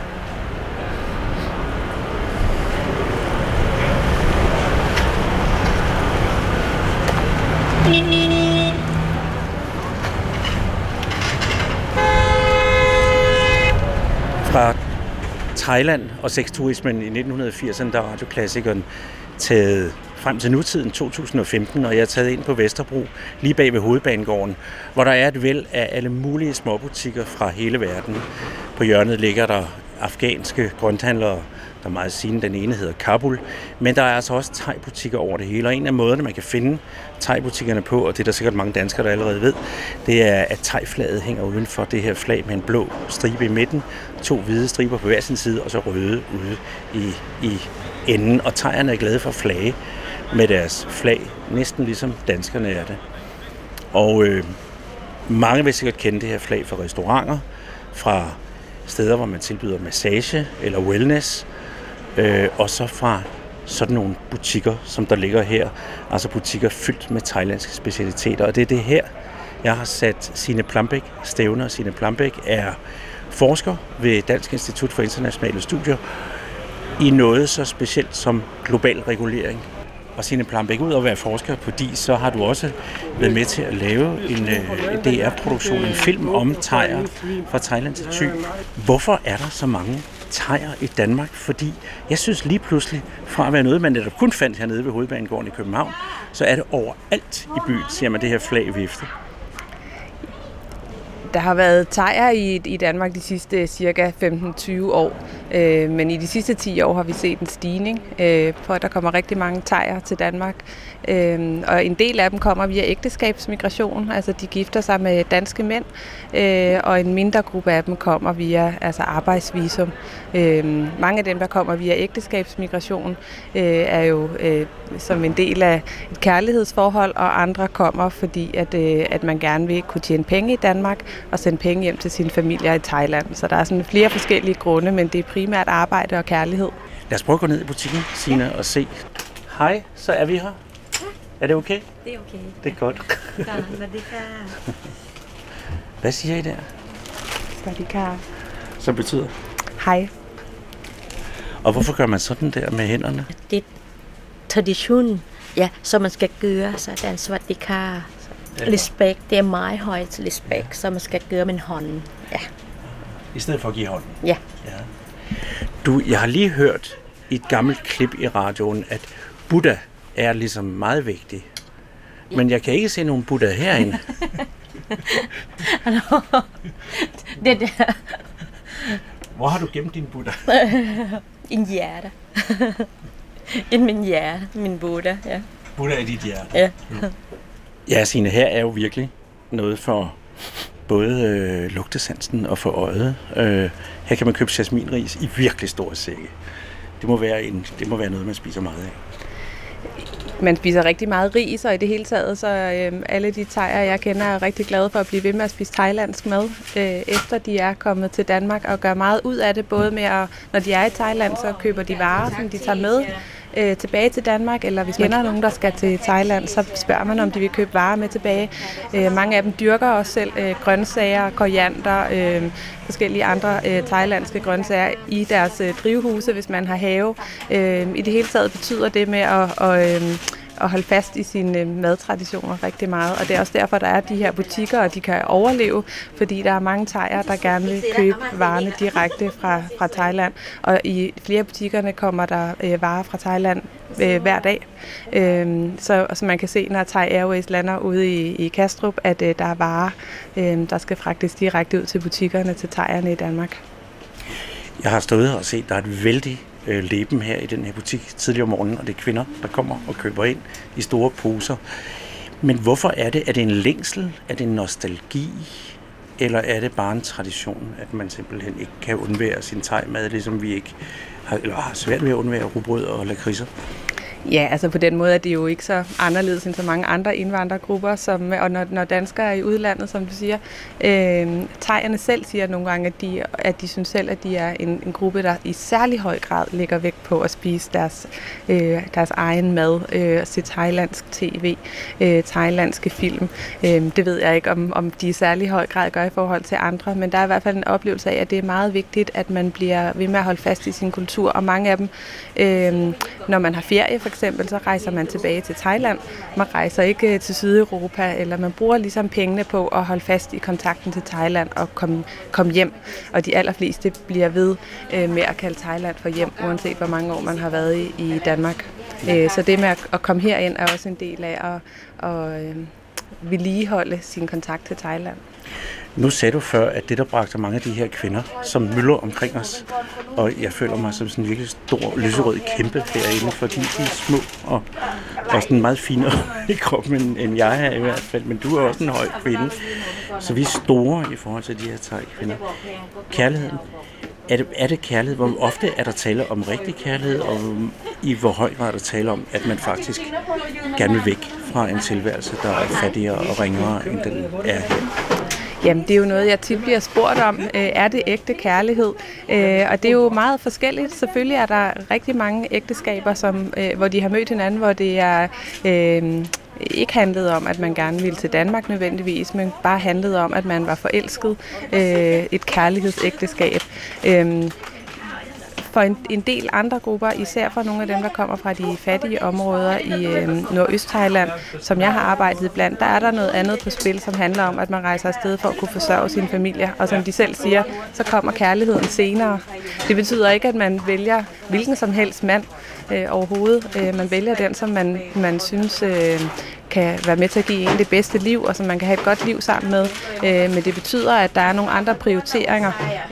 Fra Thailand og sexturismen i 1980'erne, der er radioklassikeren taget frem til nutiden 2015, og jeg er taget ind på Vesterbro, lige bag ved Hovedbanegården, hvor der er et væld af alle mulige småbutikker fra hele verden. På hjørnet ligger der afghanske grønthandlere, der er meget sigende, den ene hedder Kabul, men der er altså også thai-butikker over det hele, og en af måderne, man kan finde thai-butikkerne på, og det er der sikkert mange danskere, der allerede ved, det er, at thai-flaget hænger uden for det her flag med en blå stribe i midten, 2 hvide striber på hver sin side, og så røde ude i enden, og thaierne er glade for at flage med deres flag, næsten ligesom danskerne er det. Og mange vil sikkert kende det her flag fra restauranter, fra steder, hvor man tilbyder massage eller wellness, og så fra sådan nogle butikker, som der ligger her. Altså butikker fyldt med thailandske specialiteter. Og det er det her, jeg har sat Signe Plambæk stævner. Signe Plambæk er forsker ved Dansk Institut for Internationale Studier i noget så specielt som global regulering. Og Signe Plambæk, ud at være forsker på DIS, så har du også været med til at lave en DR-produktion, en film om thaier fra Thailand til Thy. Hvorfor er der så mange thaier i Danmark? Fordi jeg synes lige pludselig, fra at være noget, man netop kun fandt hernede ved Hovedbanegården i København, så er det overalt i byen, ser man det her flag vifte. Der har været thaier i Danmark de sidste cirka 15-20 år, men i de sidste 10 år har vi set en stigning på, at der kommer rigtig mange thaier til Danmark. Og en del af dem kommer via ægteskabsmigration, altså de gifter sig med danske mænd, og en mindre gruppe af dem kommer via arbejdsvisum. Mange af dem, der kommer via ægteskabsmigration, er jo som en del af et kærlighedsforhold, og andre kommer, fordi at man gerne vil kunne tjene penge i Danmark og sende penge hjem til sine familier i Thailand. Så der er sådan flere forskellige grunde, men det er primært arbejde og kærlighed. Lad os prøve at gå ned i butikken, Signe, og se. Hej, så er vi her. Er det okay? Det er okay. Det er godt. Hvad siger I der? Swadikar. Som betyder? Hej. Og hvorfor gør man sådan der med hænderne? Det er tradition, ja, så man skal gøre sådan swadikar. Respekt, det er meget højt respekt, så man skal gøre med hånden. Ja. I stedet for at give hånden? Ja. Jeg har lige hørt i et gammelt klip i radioen, at Buddha er ligesom meget vigtig. Men jeg kan ikke se nogen Buddha herinde. Det der. Hvor har du gemt din Buddha? En hjerte. I min hjerte, min Buddha, ja. Buddha er dit hjerte? Ja. Ja, Signe, her er jo virkelig noget for både lugtesansen og for øjet. Her kan man købe jasminris i virkelig store sække. Det må være noget, man spiser meget af. Man spiser rigtig meget ris, og i det hele taget, så alle de thaier, jeg kender, er rigtig glade for at blive ved med at spise thailandsk mad, efter de er kommet til Danmark, og gør meget ud af det, både med at, når de er i Thailand, så køber de varer, som de tager med tilbage til Danmark, eller hvis man kender nogen, der skal til Thailand, så spørger man, om de vil købe varer med tilbage. Mange af dem dyrker også selv grøntsager, koriander, forskellige andre thailandske grøntsager i deres drivhuse, hvis man har have. I det hele taget betyder det med at holde fast i sine madtraditioner rigtig meget, og det er også derfor, der er de her butikker, og de kan overleve, fordi der er mange thaier, der gerne vil købe varerne direkte fra Thailand, og i flere butikkerne kommer der varer fra Thailand hver dag. Så man kan se, når Thai Airways lander ude i Kastrup, at der er varer, der skal fragtes direkte ud til butikkerne til thaierne i Danmark. Jeg har stået og set, der er et vældig leben her i den her butik tidligere om morgenen, og det er kvinder, der kommer og køber ind i store poser. Men hvorfor er det? Er det en længsel? Er det en nostalgi? Eller er det bare en tradition, at man simpelthen ikke kan undvære sin thai-mad, ligesom vi ikke har svært ved at undvære rugbrød og lakridser? Ja, altså på den måde er det jo ikke så anderledes end så mange andre indvandrergrupper, og når danskere er i udlandet, som du siger. Thaierne selv siger nogle gange, at de synes selv, at de er en gruppe, der i særlig høj grad lægger vægt på at spise deres egen mad, se thailandsk tv, thailandske film. Det ved jeg ikke, om de i særlig høj grad gør i forhold til andre, men der er i hvert fald en oplevelse af, at det er meget vigtigt, at man bliver ved med at holde fast i sin kultur, og mange af dem, når man har ferie for eksempel, så rejser man tilbage til Thailand. Man rejser ikke til Sydeuropa, eller man bruger ligesom pengene på at holde fast i kontakten til Thailand og komme hjem. Og de allerfleste bliver ved med at kalde Thailand for hjem, uanset hvor mange år man har været i Danmark. Så det med at komme herind er også en del af at vedligeholde sin kontakt til Thailand. Nu sagde du før, at det der bragte mange af de her kvinder, som mylder omkring os, og jeg føler mig som sådan en virkelig stor lyserød kæmpe herinde, fordi de er små og sådan meget finere i kroppen, end jeg er i hvert fald, men du er også en høj kvinde, så vi er store i forhold til de her thai-kvinder. Kærligheden. Er det kærlighed? Hvor ofte er der tale om rigtig kærlighed, og i hvor høj grad er der tale om, at man faktisk gerne vil væk fra en tilværelse, der er fattigere og ringere, end den er her? Jamen, det er jo noget, jeg tit bliver spurgt om. Er det ægte kærlighed? Og det er jo meget forskelligt. Selvfølgelig er der rigtig mange ægteskaber, hvor de har mødt hinanden, hvor det er ikke handlede om, at man gerne ville til Danmark nødvendigvis, men bare handlede om, at man var forelsket. Et kærlighedsægteskab. For en del andre grupper, især for nogle af dem, der kommer fra de fattige områder i Nordøst-Thailand, som jeg har arbejdet blandt, der er der noget andet på spil, som handler om, at man rejser afsted for at kunne forsørge sin familie. Og som de selv siger, så kommer kærligheden senere. Det betyder ikke, at man vælger hvilken som helst mand overhovedet. Man vælger den, som man synes kan være med til at give en det bedste liv, og som man kan have et godt liv sammen med. Men det betyder, at der er nogle andre prioriteringer,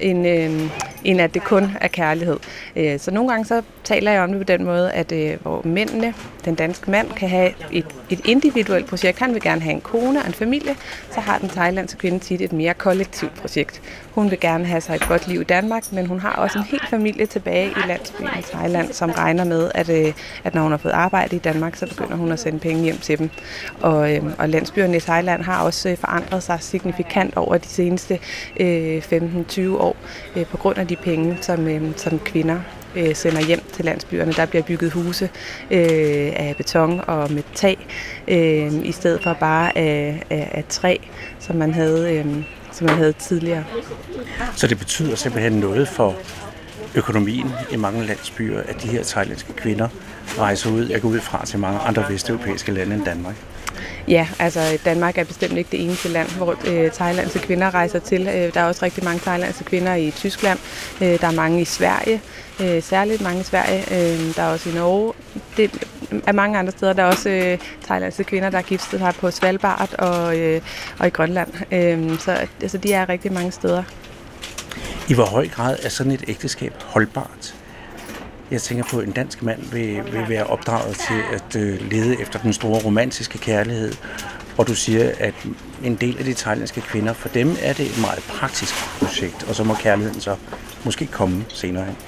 end at det kun er kærlighed. Så nogle gange så taler jeg om det på den måde, at hvor mændene, den danske mand, kan have et individuelt projekt. Han vil gerne have en kone og en familie, så har den thailandske kvinde tit et mere kollektivt projekt. Hun vil gerne have sig et godt liv i Danmark, men hun har også en hel familie tilbage i landsbyen i Thailand, som regner med, at når hun har fået arbejde i Danmark, så begynder hun at sende penge hjem til dem. Og landsbyerne i Thailand har også forandret sig signifikant over de seneste 15-20 år på grund af de penge, som kvinder sender hjem til landsbyerne. Der bliver bygget huse af beton og med tag, i stedet for bare af træ, som man havde tidligere. Så det betyder simpelthen noget for økonomien i mange landsbyer, at de her thailandske kvinder rejser ud, jeg går ud fra til mange andre vesteuropæiske lande end Danmark. Ja, altså Danmark er bestemt ikke det eneste land, hvor thailandske kvinder rejser til. Der er også rigtig mange thailandske kvinder i Tyskland. Der er mange i Sverige, særligt mange i Sverige. Der er også i Norge. Det er mange andre steder. Der er også thailandske kvinder, der er giftet sig på Svalbard og i Grønland. Så de er rigtig mange steder. I hvor høj grad er sådan et ægteskab holdbart? Jeg tænker på, at en dansk mand vil være opdraget til at lede efter den store romantiske kærlighed, og du siger, at en del af de thailandske kvinder, for dem er det et meget praktisk projekt, og så må kærligheden så måske komme senere hen.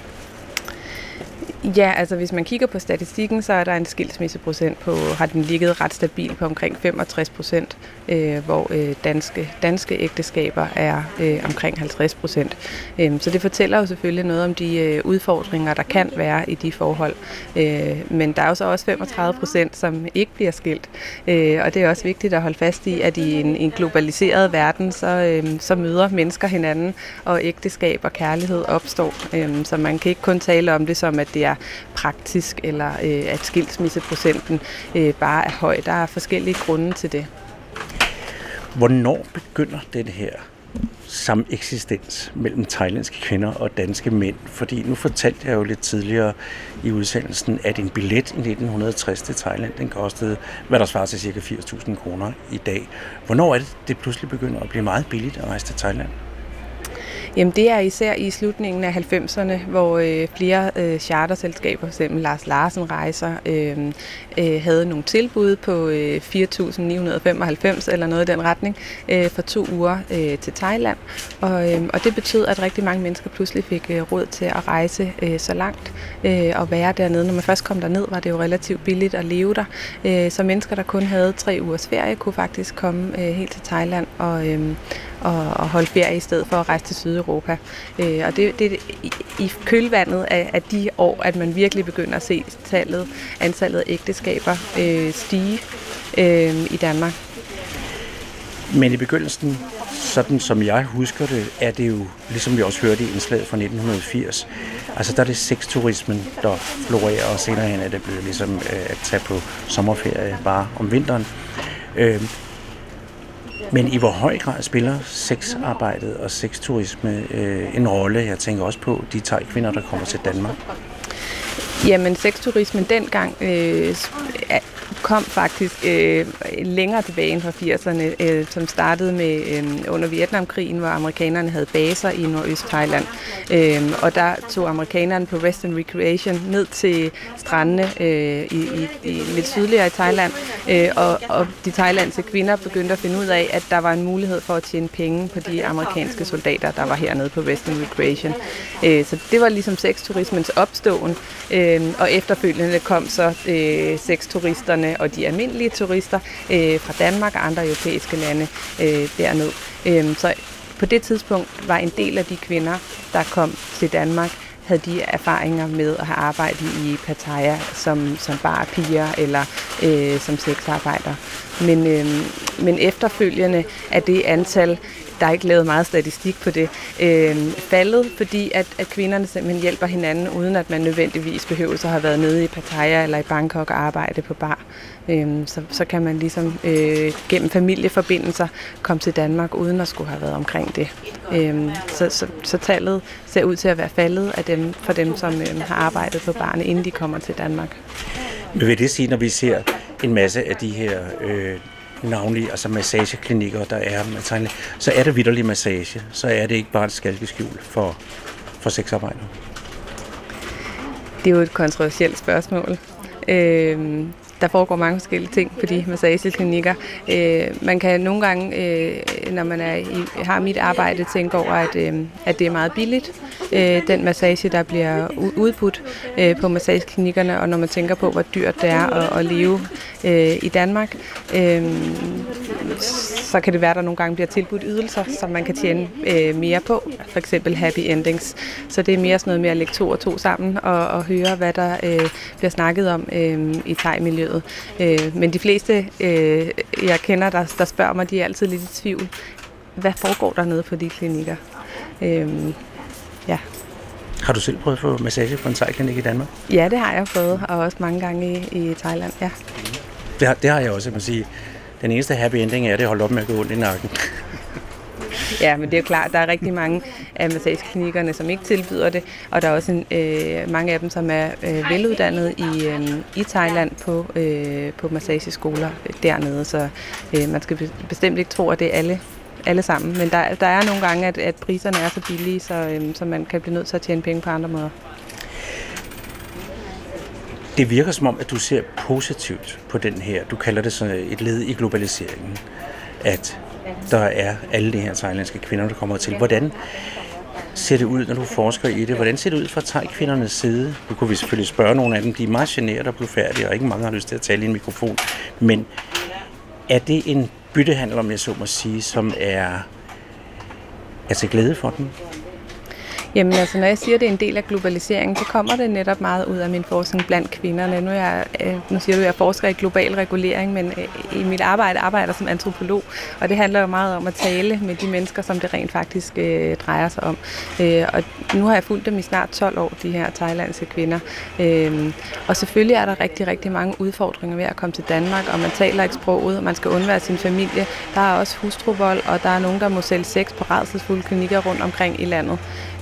Ja, altså hvis man kigger på statistikken, så er der en skilsmisseprocent har den ligget ret stabil på omkring 65%, hvor danske ægteskaber er omkring 50%. Så det fortæller jo selvfølgelig noget om de udfordringer, der kan være i de forhold. Men der er jo så også 35%, som ikke bliver skilt. Og det er også vigtigt at holde fast i, at i en globaliseret verden, så møder mennesker hinanden, og ægteskab og kærlighed opstår. Så man kan ikke kun tale om det som, at det er praktisk, eller at skilsmisseprocenten bare er høj. Der er forskellige grunde til det. Hvornår begynder den her sameksistens mellem thailandske kvinder og danske mænd? Fordi nu fortalte jeg jo lidt tidligere i udsendelsen, at en billet i 1960 til Thailand, den kostede, hvad der svarer til ca. 80.000 kroner i dag. Hvornår er det pludselig begynder at blive meget billigt at rejse til Thailand? Jamen det er især i slutningen af 90'erne, hvor flere charterselskaber, f.eks. Lars Larsen Rejser, havde nogle tilbud på 4.995 eller noget i den retning for 2 uger til Thailand. Og det betød, at rigtig mange mennesker pludselig fik råd til at rejse så langt og være dernede. Når man først kom derned, var det jo relativt billigt at leve der. Så mennesker, der kun havde 3 ugers ferie, kunne faktisk komme helt til Thailand og holde ferie i stedet for at rejse til Sydeuropa. Og det er i kølvandet af de år, at man virkelig begynder at se antallet af ægteskaber stige i Danmark. Men i begyndelsen, sådan som jeg husker det, er det jo, ligesom vi også hørte i indslaget fra 1980, altså der er det sexturismen, der florerer, og senere hen er det blevet ligesom at tage på sommerferie bare om vinteren. Men i hvor høj grad spiller sexarbejdet og sexturisme en rolle? Jeg tænker også på de thai-kvinder, der kommer til Danmark. Jamen, sexturismen dengang kom faktisk længere tilbage end fra 80'erne, som startede med under Vietnamkrigen, hvor amerikanerne havde baser i Nordøst-Thailand. Og der tog amerikanerne på Western Recreation ned til strandene i lidt sydligere i Thailand, og de thailandske kvinder begyndte at finde ud af, at der var en mulighed for at tjene penge på de amerikanske soldater, der var hernede på Western Recreation. Så det var ligesom sexturismens opståen, og efterfølgende kom så sexturisterne og de almindelige turister fra Danmark og andre europæiske lande derned. Så på det tidspunkt var en del af de kvinder, der kom til Danmark, havde de erfaringer med at have arbejdet i Pattaya som barpiger eller som sexarbejder. Men efterfølgende er det antal, der er ikke lavet meget statistik på det, faldet, fordi at kvinderne simpelthen hjælper hinanden, uden at man nødvendigvis behøver at have været nede i Pattaya eller i Bangkok og arbejde på bar. Så kan man ligesom gennem familieforbindelser komme til Danmark, uden at skulle have været omkring det. Så tallet ser ud til at være faldet for dem, som har arbejdet på barne, inden de kommer til Danmark. Men vil det sige, når vi ser en masse af de her navnlige, altså massageklinikker, der er med Thailand, så er det vitterlig massage, så er det ikke bare et skalkeskjul for sexarbejdere? Det er jo et kontroversielt spørgsmål. Der foregår mange forskellige ting på de massageklinikker. Man kan nogle gange, når man har mit arbejde, tænke over, at det er meget billigt, den massage, der bliver udbudt på massageklinikkerne, og når man tænker på, hvor dyrt det er at leve i Danmark, så kan det være, at der nogle gange bliver tilbudt ydelser, som man kan tjene mere på, for eksempel happy endings. Så det er mere sådan noget med at lægge 2 og 2 sammen og høre, hvad der bliver snakket om i thai-miljøet. Men de fleste, jeg kender, der spørger mig, de er altid lidt i tvivl. Hvad foregår der nede på de klinikker? Ja. Har du selv prøvet at få massage på en thai-klinik i Danmark? Ja, det har jeg fået, og også mange gange i Thailand, ja. Det har jeg også, jeg må sige. Den eneste happy ending er, at det holder op med at gå ondt i nakken. Ja, men det er jo klart, der er rigtig mange af massageklinikkerne, som ikke tilbyder det, og der er også mange af dem, som er veluddannede i Thailand på massageskoler dernede, så man skal bestemt ikke tro, at det er alle sammen. Men der er nogle gange, at priserne er så billige, så man kan blive nødt til at tjene penge på andre måder. Det virker som om, at du ser positivt på den her. Du kalder det så et led i globaliseringen, at der er alle de her thailandske kvinder, der kommer til. Hvordan ser det ud, når du forsker i det? Hvordan ser det ud fra thai-kvindernes side? Nu kunne vi selvfølgelig spørge nogle af dem. De er meget generet og blufærdige, og ikke mange har lyst til at tale i en mikrofon. Men er det en byttehandel, om jeg så må sige, som er til glæde for dem? Jamen altså, når jeg siger, at det er en del af globaliseringen, så kommer det netop meget ud af min forskning blandt kvinderne. Nu siger du, at jeg forsker i global regulering, men i mit arbejder som antropolog, og det handler jo meget om at tale med de mennesker, som det rent faktisk drejer sig om. Og nu har jeg fulgt dem i snart 12 år, de her thailandske kvinder. Og selvfølgelig er der rigtig, rigtig mange udfordringer ved at komme til Danmark, og man taler ikke sproget, og man skal undvære sin familie. Der er også hustruvold, og der er nogen, der må sælge sex på rædselsfulde klinikker rundt omkring i landet.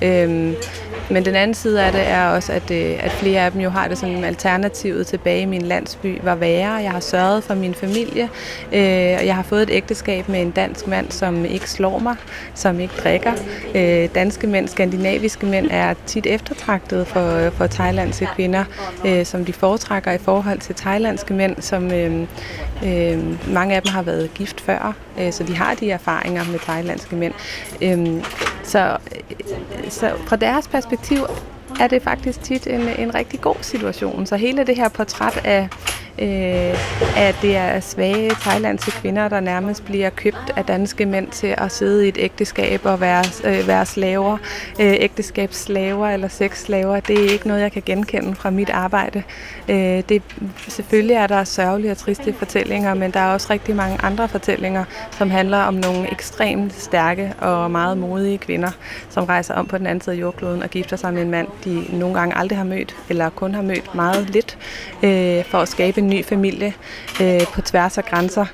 Men den anden side af det er også, at flere af dem jo har det som alternativet tilbage i min landsby var værre. Jeg har sørget for min familie, og jeg har fået et ægteskab med en dansk mand, som ikke slår mig, som ikke drikker. Danske mænd, skandinaviske mænd er tit eftertragtede for thailandske kvinder, som de foretrækker i forhold til thailandske mænd, som mange af dem har været gift før, så de har de erfaringer med thailandske mænd. Så fra deres perspektiv er det faktisk tit en rigtig god situation. Så hele det her portræt af at det er svage thailandske kvinder, der nærmest bliver købt af danske mænd til at sidde i et ægteskab og være slaver, ægteskabsslaver eller sexslaver. Det er ikke noget, jeg kan genkende fra mit arbejde. Selvfølgelig er der sørgelige og triste fortællinger, men der er også rigtig mange andre fortællinger, som handler om nogle ekstremt stærke og meget modige kvinder, som rejser om på den anden side af jordkloden og gifter sig med en mand, de nogle gange aldrig har mødt, eller kun har mødt meget lidt, for at skabe en ny familie på tværs af grænser,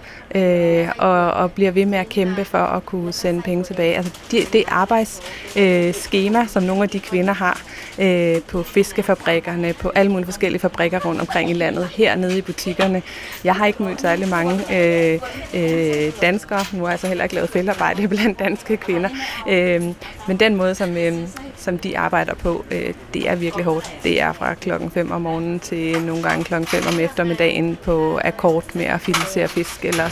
og bliver ved med at kæmpe for at kunne sende penge tilbage. Altså det arbejdsskema, som nogle af de kvinder har på fiskefabrikkerne, på alle mulige forskellige fabrikker rundt omkring i landet, hernede i butikkerne. Jeg har ikke mødt særlig mange danskere, nu har jeg så heller ikke lavet feltarbejde blandt danske kvinder, men den måde, som de arbejder på, det er virkelig hårdt. Det er fra klokken 5 om morgenen til nogle gange klokken 5 om eftermiddagen på akkord med at filetere fisk eller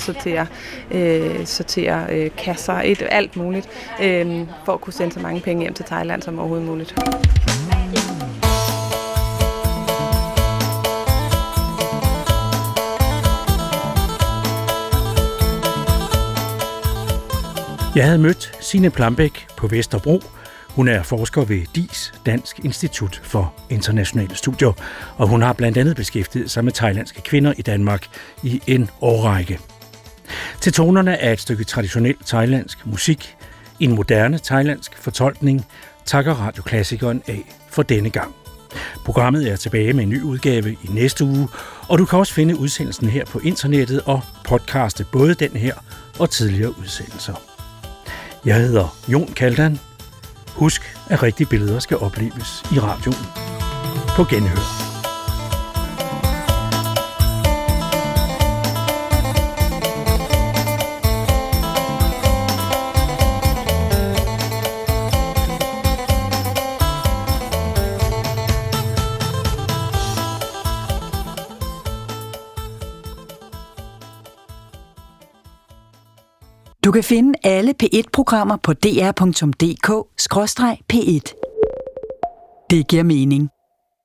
sortere kasser, alt muligt, for at kunne sende så mange penge hjem til Thailand som overhovedet muligt. Jeg havde mødt Signe Plambæk på Vesterbro. Hun er forsker ved DIS, Dansk Institut for Internationale Studier, og hun har blandt andet beskæftiget sig med thailandske kvinder i Danmark i en årrække. Til tonerne af et stykke traditionel thailandsk musik, en moderne thailandsk fortolkning, takker radioklassikeren af for denne gang. Programmet er tilbage med en ny udgave i næste uge, og du kan også finde udsendelsen her på internettet og podcaste både den her og tidligere udsendelser. Jeg hedder Jon Kaldan. Husk, at rigtige billeder skal opleves i radioen. På genhør. Du kan finde alle P1-programmer på dr.dk/P1. Det giver mening.